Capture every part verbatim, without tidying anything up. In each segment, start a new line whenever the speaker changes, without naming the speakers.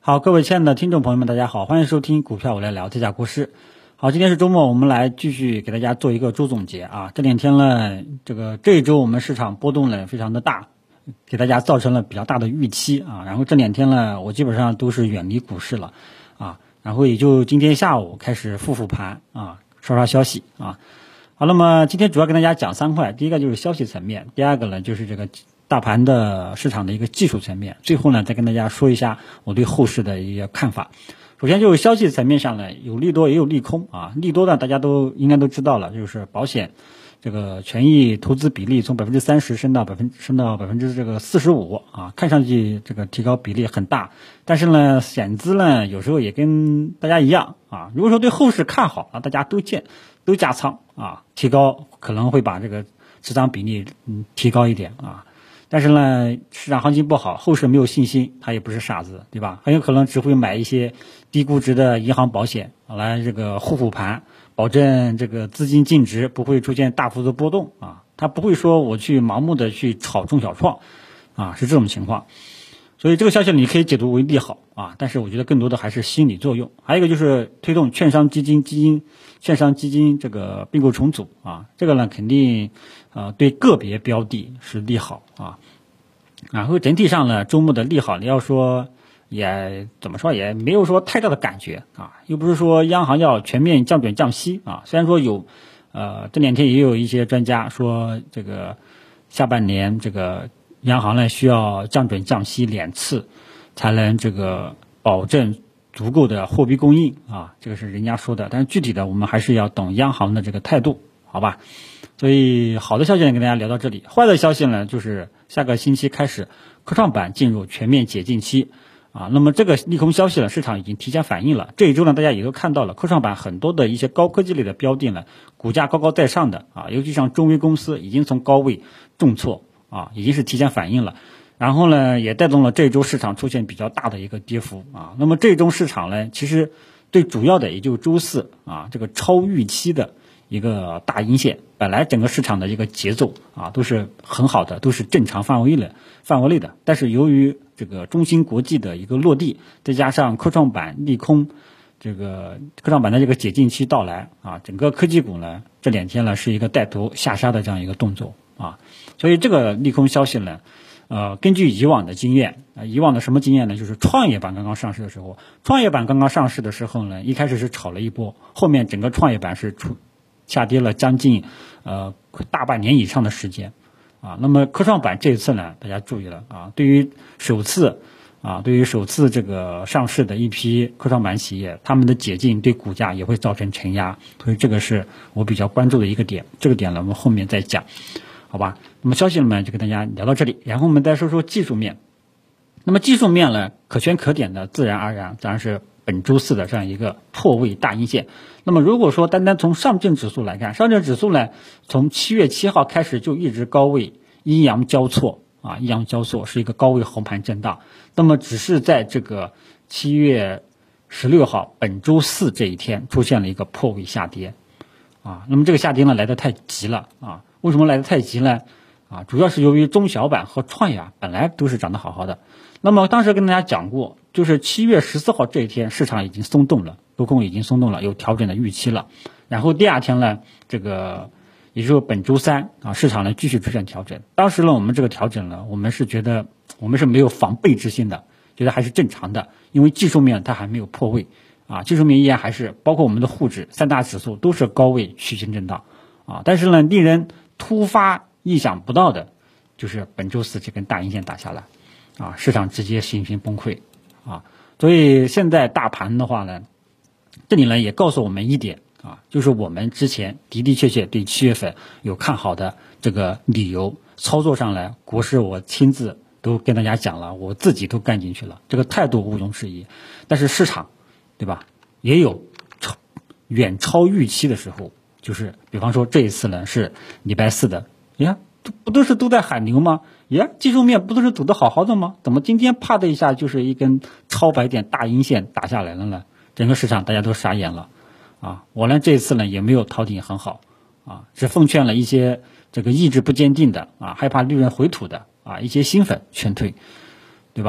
好，各位亲爱的听众朋友们，大家好，欢迎收听股票我来聊这家故事。好，今天是周末，我们来继续给大家做一个周总结啊。这两天呢，这个这一周我们市场波动呢非常的大，给大家造成了比较大的预期啊。然后这两天呢，我基本上都是远离股市了啊，然后也就今天下午开始复复盘啊，刷刷消息啊。好，那么今天主要跟大家讲三块，第一个就是消息层面，第二个呢就是这个大盘的市场的一个技术层面，最后呢再跟大家说一下我对后市的一个看法。首先就是消息层面上呢，有利多也有利空啊。利多呢大家都应该都知道了，就是保险这个权益投资比例从百分之三十升到百分升到百分之这个四十五啊，看上去这个提高比例很大，但是呢险资呢有时候也跟大家一样啊，如果说对后市看好啊，大家都建都加仓啊，提高可能会把这个持仓比例嗯提高一点啊。但是呢，市场行情不好，后市没有信心，他也不是傻子，对吧？很有可能只会买一些低估值的银行保险来这个护护盘，保证这个资金净值不会出现大幅的波动啊。他不会说我去盲目的去炒中小创啊，是这种情况。所以这个消息你可以解读为利好啊，但是我觉得更多的还是心理作用。还有一个就是推动券商基金基金券商基金这个并购重组啊，这个呢肯定呃对个别标的是利好啊。然后整体上呢，周末的利好你要说也怎么说也没有说太大的感觉啊，又不是说央行要全面降准降息啊。虽然说有呃这两天也有一些专家说这个下半年这个央行呢需要降准降息两次，才能这个保证足够的货币供应啊，这个是人家说的，但是具体的我们还是要懂央行的这个态度，好吧？所以好的消息呢跟大家聊到这里，坏的消息呢就是下个星期开始科创板进入全面解禁期啊。那么这个利空消息呢，市场已经提前反映了。这一周呢，大家也都看到了，科创板很多的一些高科技类的标的呢，股价高高在上的啊，尤其像中微公司已经从高位重挫啊，已经是提前反映了。然后呢，也带动了这一周市场出现比较大的一个跌幅啊。那么这一周市场呢，其实最主要的也就周四啊，这个超预期的一个大阴线，本来整个市场的一个节奏啊都是很好的，都是正常范围内范围内的，但是由于这个中芯国际的一个落地，再加上科创板利空，这个科创板的这个解禁期到来啊，整个科技股呢这两天呢是一个带头下杀的这样一个动作啊，所以这个利空消息呢，呃，根据以往的经验啊，以往的什么经验呢？就是创业板刚刚上市的时候，创业板刚刚上市的时候呢，一开始是炒了一波，后面整个创业板是出下跌了将近呃大半年以上的时间啊。那么科创板这一次呢，大家注意了啊，对于首次啊，对于首次这个上市的一批科创板企业，他们的解禁对股价也会造成承压，所以这个是我比较关注的一个点。这个点呢，我们后面再讲，好吧？那么消息呢就跟大家聊到这里，然后我们再说说技术面。那么技术面呢，可圈可点的，自然而然当然是本周四的这样一个破位大阴线。那么如果说单单从上证指数来看，上证指数呢从七月七号开始就一直高位阴阳交错啊，阴阳交错是一个高位横盘震荡。那么只是在这个七月十六号本周四这一天出现了一个破位下跌啊。那么这个下跌呢来得太急了啊，为什么来得太急呢？啊，主要是由于中小板和创业板本来都是涨得好好的。那么当时跟大家讲过，就是七月十四号这一天市场已经松动了，多空已经松动了，有调整的预期了。然后第二天呢，这个也就是本周三啊，市场呢继续出现调整。当时呢，我们这个调整呢，我们是觉得我们是没有防备之心的，觉得还是正常的，因为技术面它还没有破位啊，技术面依然还是包括我们的沪指三大指数都是高位区间震荡啊。但是呢，令人突发意想不到的就是本周四这根大阴线打下来啊，市场直接信心崩溃啊。所以现在大盘的话呢，这里呢也告诉我们一点啊，就是我们之前的的确确对七月份有看好的这个理由，操作上来国师我亲自都跟大家讲了，我自己都干进去了，这个态度毋庸置疑。但是市场对吧，也有超远超预期的时候，就是比方说这一次呢是礼拜四的，呀不都是都在喊牛吗？呀，技术面不都是走得好好的吗？怎么今天啪的一下就是一根超白点大阴线打下来了呢？整个市场大家都傻眼了啊！我呢这一次呢也没有逃顶很好啊，只奉劝了一些这个意志不坚定的啊，害怕利润回吐的啊一些新粉劝退，对吧？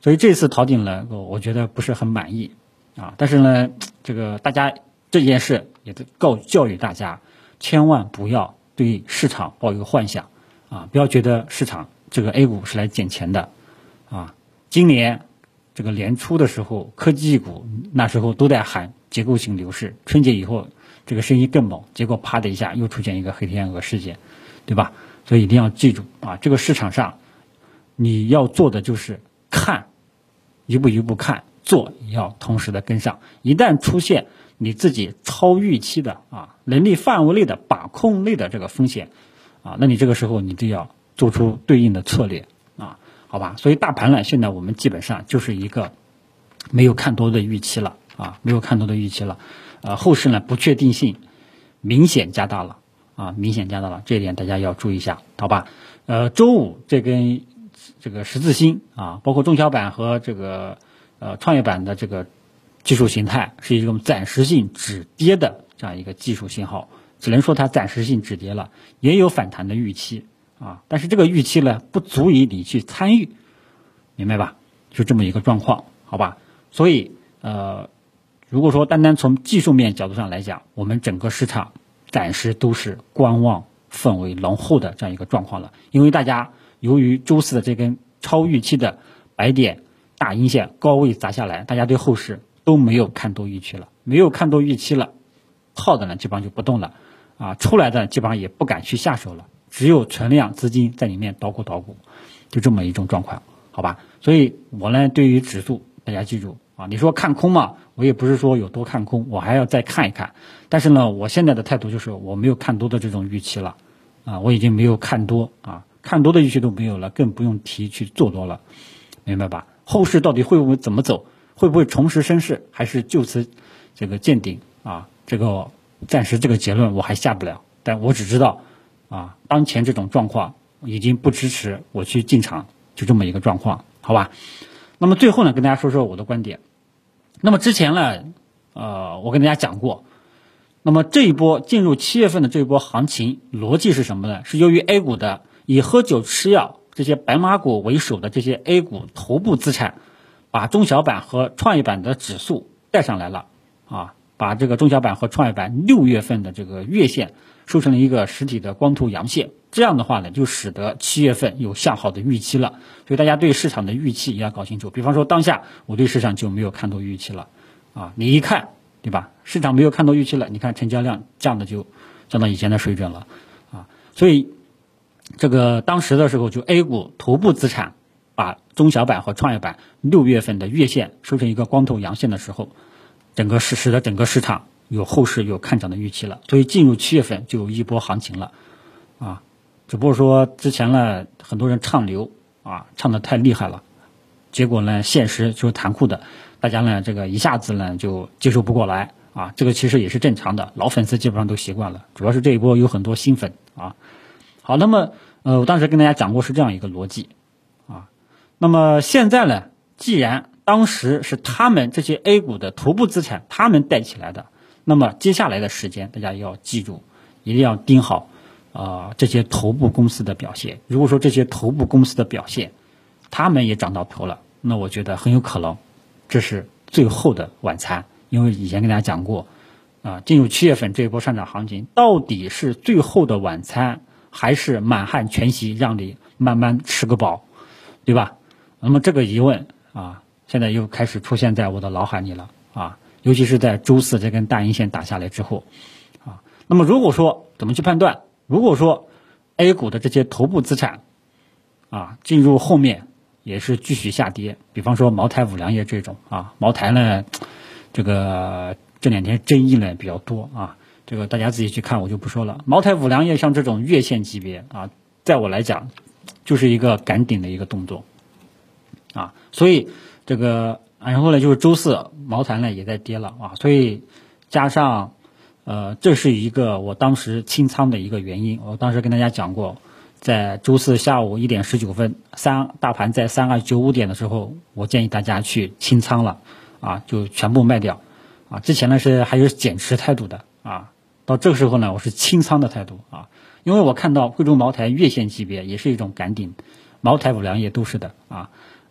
所以这次逃顶了，我觉得不是很满意啊。但是呢，这个大家这件事也告教育大家，千万不要对市场抱有幻想啊，不要觉得市场这个 A 股是来捡钱的啊。今年这个年初的时候，科技股那时候都在喊结构性牛市，春节以后这个声音更猛，结果啪的一下又出现一个黑天鹅事件，对吧？所以一定要记住啊，这个市场上你要做的就是看，一步一步看，做也要同时的跟上。一旦出现你自己超预期的啊能力范围内的把控内的这个风险啊，那你这个时候你就要做出对应的策略啊，好吧？所以大盘呢，现在我们基本上就是一个没有看多的预期了啊，没有看多的预期了，呃，后市呢不确定性明显加大了啊，明显加大了，这一点大家要注意一下，好吧？呃，周五这根这个十字星啊，包括中小板和这个呃创业板的这个技术形态是一种暂时性止跌的这样一个技术信号，只能说它暂时性止跌了，也有反弹的预期啊，但是这个预期呢不足以你去参与，明白吧？就这么一个状况，好吧？所以呃，如果说单单从技术面角度上来讲，我们整个市场暂时都是观望氛围浓厚的这样一个状况了，因为大家由于周四的这根超预期的白点大阴线高位砸下来，大家对后市都没有看多预期了，没有看多预期了，套的呢基本上就不动了啊，出来的基本上也不敢去下手了，只有存量资金在里面捣鼓捣鼓，就这么一种状况，好吧？所以我呢对于指数大家记住啊，你说看空嘛，我也不是说有多看空，我还要再看一看，但是呢我现在的态度就是我没有看多的这种预期了啊，我已经没有看多啊，看多的预期都没有了，更不用提去做多了，明白吧？后市到底会不会怎么走，会不会重拾升势，还是就此这个见顶啊，这个暂时这个结论我还下不了，但我只知道啊，当前这种状况已经不支持我去进场，就这么一个状况，好吧？那么最后呢，跟大家说说我的观点。那么之前呢，呃，我跟大家讲过，那么这一波进入七月份的这一波行情逻辑是什么呢？是由于 A 股的以喝酒吃药这些白马股为首的这些 A 股头部资产，把中小板和创业板的指数带上来了啊，把这个中小板和创业板六月份的这个月线收成了一个实体的光头阳线，这样的话呢，就使得七月份有向好的预期了。所以大家对市场的预期也要搞清楚。比方说当下我对市场就没有看多预期了啊，你一看对吧？市场没有看多预期了，你看成交量降的就降到以前的水准了啊。所以这个当时的时候，就 A 股头部资产把中小板和创业板六月份的月线收成一个光头阳线的时候，整个使使得整个市场有后市有看涨的预期了，所以进入七月份就有一波行情了啊。只不过说之前呢，很多人唱牛啊，唱得太厉害了，结果呢，现实就是残酷的，大家呢这个一下子呢就接受不过来啊，这个其实也是正常的，老粉丝基本上都习惯了，主要是这一波有很多新粉啊。好，那么呃，我当时跟大家讲过是这样一个逻辑啊。那么现在呢，既然当时是他们这些 A 股的头部资产他们带起来的，那么接下来的时间大家要记住，一定要盯好啊、呃、这些头部公司的表现。如果说这些头部公司的表现他们也涨到头了，那我觉得很有可能这是最后的晚餐。因为以前跟大家讲过啊、呃，进入七月份这一波上涨行情到底是最后的晚餐，还是满汉全席让你慢慢吃个饱，对吧？那么这个疑问啊，现在又开始出现在我的脑海里了啊，尤其是在周四这根大阴线打下来之后啊。那么如果说怎么去判断？如果说 A 股的这些头部资产啊进入后面也是继续下跌，比方说茅台、五粮液这种啊，茅台呢，这个这两天争议呢比较多啊。这个大家自己去看，我就不说了。茅台、五粮液像这种月线级别啊，在我来讲就是一个赶顶的一个动作啊，所以这个然后呢就是周四茅台呢也在跌了啊，所以加上呃这是一个我当时清仓的一个原因。我当时跟大家讲过，在周四下午一点十九分，三大盘在三二九五点的时候，我建议大家去清仓了啊，就全部卖掉啊。之前呢是还有减持态度的啊。到这个时候呢，我是清仓的态度啊，因为我看到贵州茅台月线级别也是一种赶顶，茅台、五粮液都是的啊。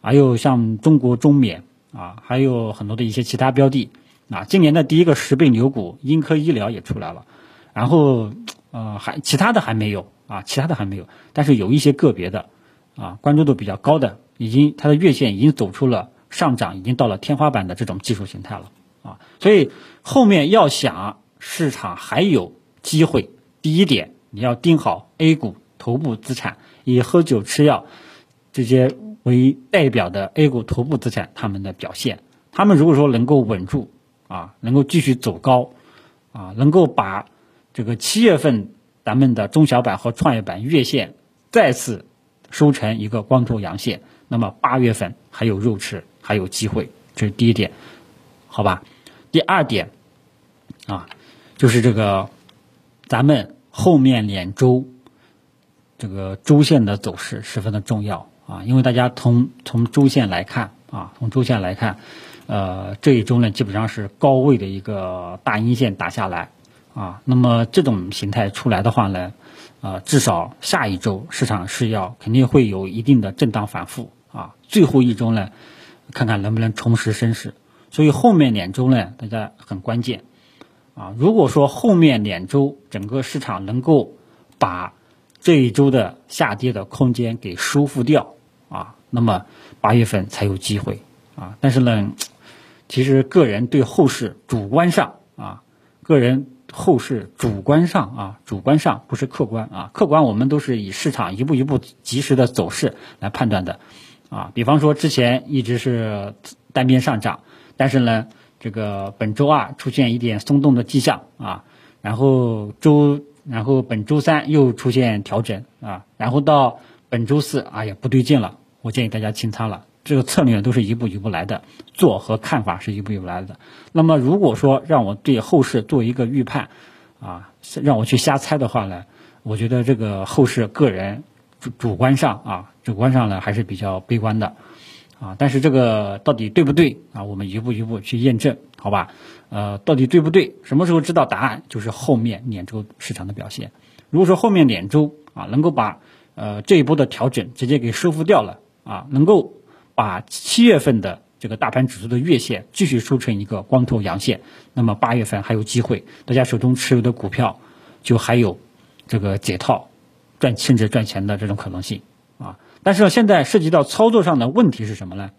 还有像中国中免啊，还有很多的一些其他标的啊。今年的第一个十倍牛股英科医疗也出来了，然后呃还其他的还没有啊，其他的还没有，但是有一些个别的啊关注度比较高的，已经它的月线已经走出了上涨，已经到了天花板的这种技术形态了啊。所以后面要想市场还有机会，第一点你要盯好 A 股头部资产，以喝酒吃药这些为代表的 A 股头部资产他们的表现，他们如果说能够稳住啊，能够继续走高啊，能够把这个七月份咱们的中小板和创业板月线再次收成一个光头阳线，那么八月份还有肉吃，还有机会，这是第一点，好吧？第二点啊，就是这个咱们后面两周这个周线的走势十分的重要啊，因为大家从从周线来看啊，从周线来看，呃，这一周呢基本上是高位的一个大阴线打下来啊，那么这种形态出来的话呢，呃，至少下一周市场是要肯定会有一定的震荡反复啊，最后一周呢，看看能不能重拾升势，所以后面两周呢，大家很关键啊。如果说后面两周整个市场能够把这一周的下跌的空间给收复掉啊，那么八月份才有机会啊。但是呢，其实个人对后市主观上啊，个人后市主观上啊，主观上不是客观啊，客观我们都是以市场一步一步及时的走势来判断的啊。比方说之前一直是单边上涨，但是呢，这个本周二出现一点松动的迹象啊，然后周。然后本周三又出现调整啊，然后到本周四，哎呀不对劲了，我建议大家清仓了。这个策略都是一步一步来的，做和看法是一步一步来的。那么如果说让我对后市做一个预判啊，让我去瞎猜的话呢，我觉得这个后市个人主主观上啊，主观上呢还是比较悲观的啊。但是这个到底对不对啊？我们一步一步去验证，好吧？呃，到底对不对？什么时候知道答案？就是后面两周市场的表现。如果说后面两周啊，能够把呃这一波的调整直接给收复掉了啊，能够把七月份的这个大盘指数的月线继续收成一个光头阳线，那么八月份还有机会，大家手中持有的股票就还有这个解套赚甚至赚钱的这种可能性啊。但是现在涉及到操作上的问题是什么呢？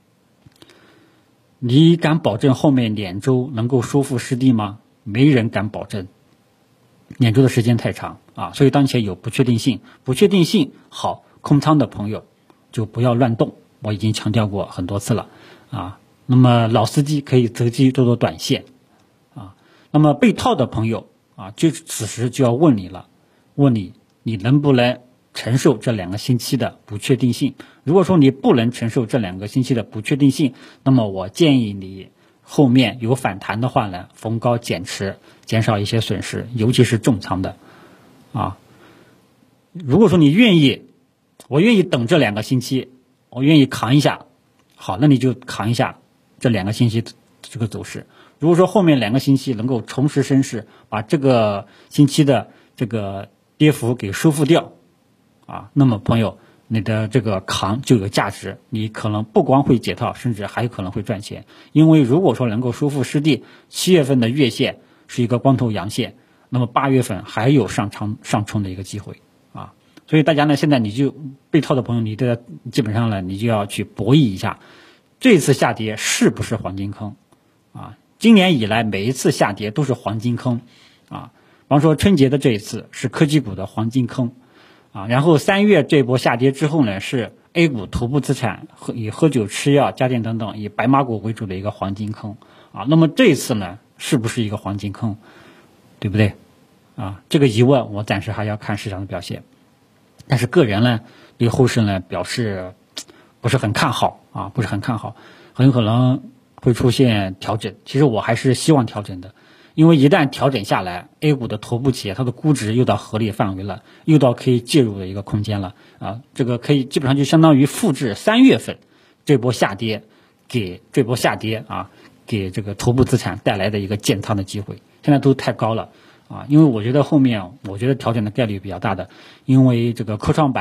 你敢保证后面两周能够收复失地吗？没人敢保证，两周的时间太长啊，所以当前有不确定性，不确定性好，空仓的朋友就不要乱动，我已经强调过很多次了啊。那么老司机可以择机做做短线啊，那么被套的朋友啊，就此时就要问你了，问你你能不能承受这两个星期的不确定性？如果说你不能承受这两个星期的不确定性，那么我建议你后面有反弹的话呢，逢高减持，减少一些损失，尤其是重仓的啊。如果说你愿意，我愿意等这两个星期，我愿意扛一下，好，那你就扛一下这两个星期这个走势。如果说后面两个星期能够重拾升势，把这个星期的这个跌幅给收复掉啊，那么朋友，你的这个扛就有价值，你可能不光会解套，甚至还有可能会赚钱。因为如果说能够收复失地，七月份的月线是一个光头阳线，那么八月份还有上冲上冲的一个机会啊。所以大家呢，现在你就被套的朋友，你的基本上呢，你就要去博弈一下，这次下跌是不是黄金坑啊？今年以来每一次下跌都是黄金坑啊。比方说春节的这一次是科技股的黄金坑。啊，然后三月这波下跌之后呢，是 A 股头部资产喝以喝酒吃药家电等等以白马股为主的一个黄金坑啊。那么这一次呢，是不是一个黄金坑，对不对啊？这个疑问我暂时还要看市场的表现，但是个人呢对后市呢表示不是很看好啊，不是很看好，很有可能会出现调整。其实我还是希望调整的。因为一旦调整下来 ，A 股的头部企业它的估值又到合理范围了，又到可以介入的一个空间了啊，这个可以基本上就相当于复制三月份这波下跌，给这波下跌啊，给这个头部资产带来的一个建仓的机会，现在都太高了啊，因为我觉得后面我觉得调整的概率比较大的，因为这个科创板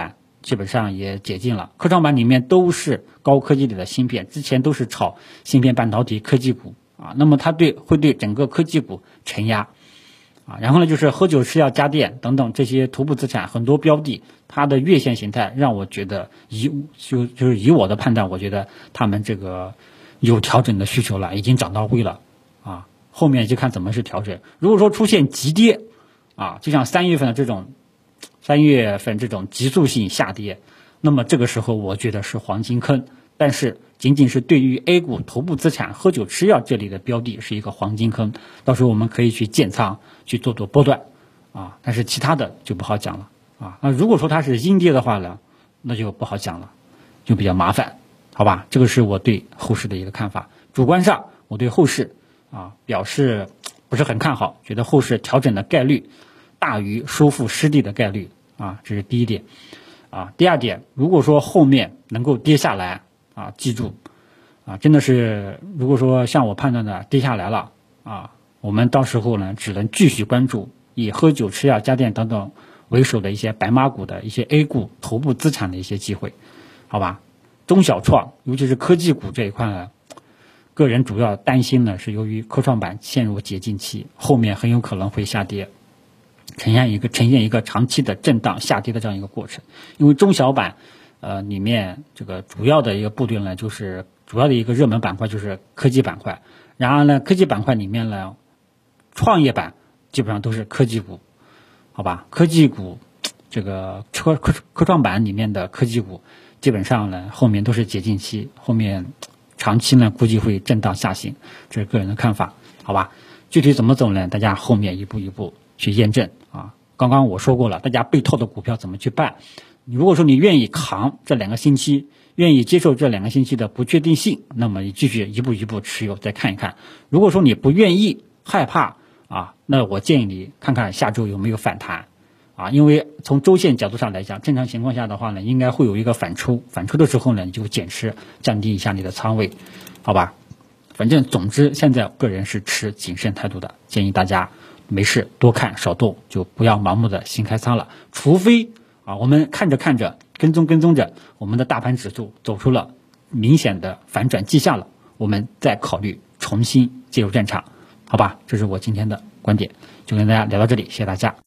基本上也解禁了，科创板里面都是高科技类的芯片，之前都是炒芯片半导体科技股啊，那么它对会对整个科技股承压啊，然后呢就是喝酒吃药家电等等这些头部资产很多标的，它的月线形态让我觉得以就就是以我的判断，我觉得他们这个有调整的需求了，已经涨到位了啊，后面就看怎么是调整。如果说出现急跌啊，就像三月份的这种三月份这种急速性下跌，那么这个时候我觉得是黄金坑，但是仅仅是对于 A 股头部资产喝酒吃药这里的标的是一个黄金坑，到时候我们可以去建仓去做做波段啊，但是其他的就不好讲了啊。那如果说它是阴跌的话呢，那就不好讲了，就比较麻烦，好吧？这个是我对后市的一个看法。主观上我对后市啊表示不是很看好，觉得后市调整的概率大于收复失地的概率啊，这是第一点啊。第二点，如果说后面能够跌下来啊，记住啊，真的是如果说像我判断的跌下来了啊，我们到时候呢只能继续关注以喝酒吃药家电等等为首的一些白马股的一些 A 股头部资产的一些机会，好吧？中小创尤其是科技股这一块呢，个人主要担心呢是由于科创板陷入解禁期，后面很有可能会下跌，呈现一个呈现一个长期的震荡下跌的这样一个过程。因为中小板呃里面这个主要的一个部队呢，就是主要的一个热门板块就是科技板块，然而呢科技板块里面呢创业板基本上都是科技股，好吧？科技股这个科科科创板里面的科技股基本上呢后面都是解禁期，后面长期呢估计会震荡下行，这是个人的看法，好吧？具体怎么走呢？大家后面一步一步去验证啊。刚刚我说过了，大家被套的股票怎么去办？你如果说你愿意扛这两个星期，愿意接受这两个星期的不确定性，那么你继续一步一步持有，再看一看。如果说你不愿意，害怕啊，那我建议你看看下周有没有反弹啊，因为从周线角度上来讲，正常情况下的话呢，应该会有一个反抽，反抽的时候呢，你就减持，降低一下你的仓位，好吧？反正总之现在个人是持谨慎态度的，建议大家没事多看少动，就不要盲目的新开仓了，除非啊我们看着看着跟踪跟踪着我们的大盘指数走出了明显的反转迹象了，我们再考虑重新介入战场，好吧？这是我今天的观点，就跟大家聊到这里，谢谢大家。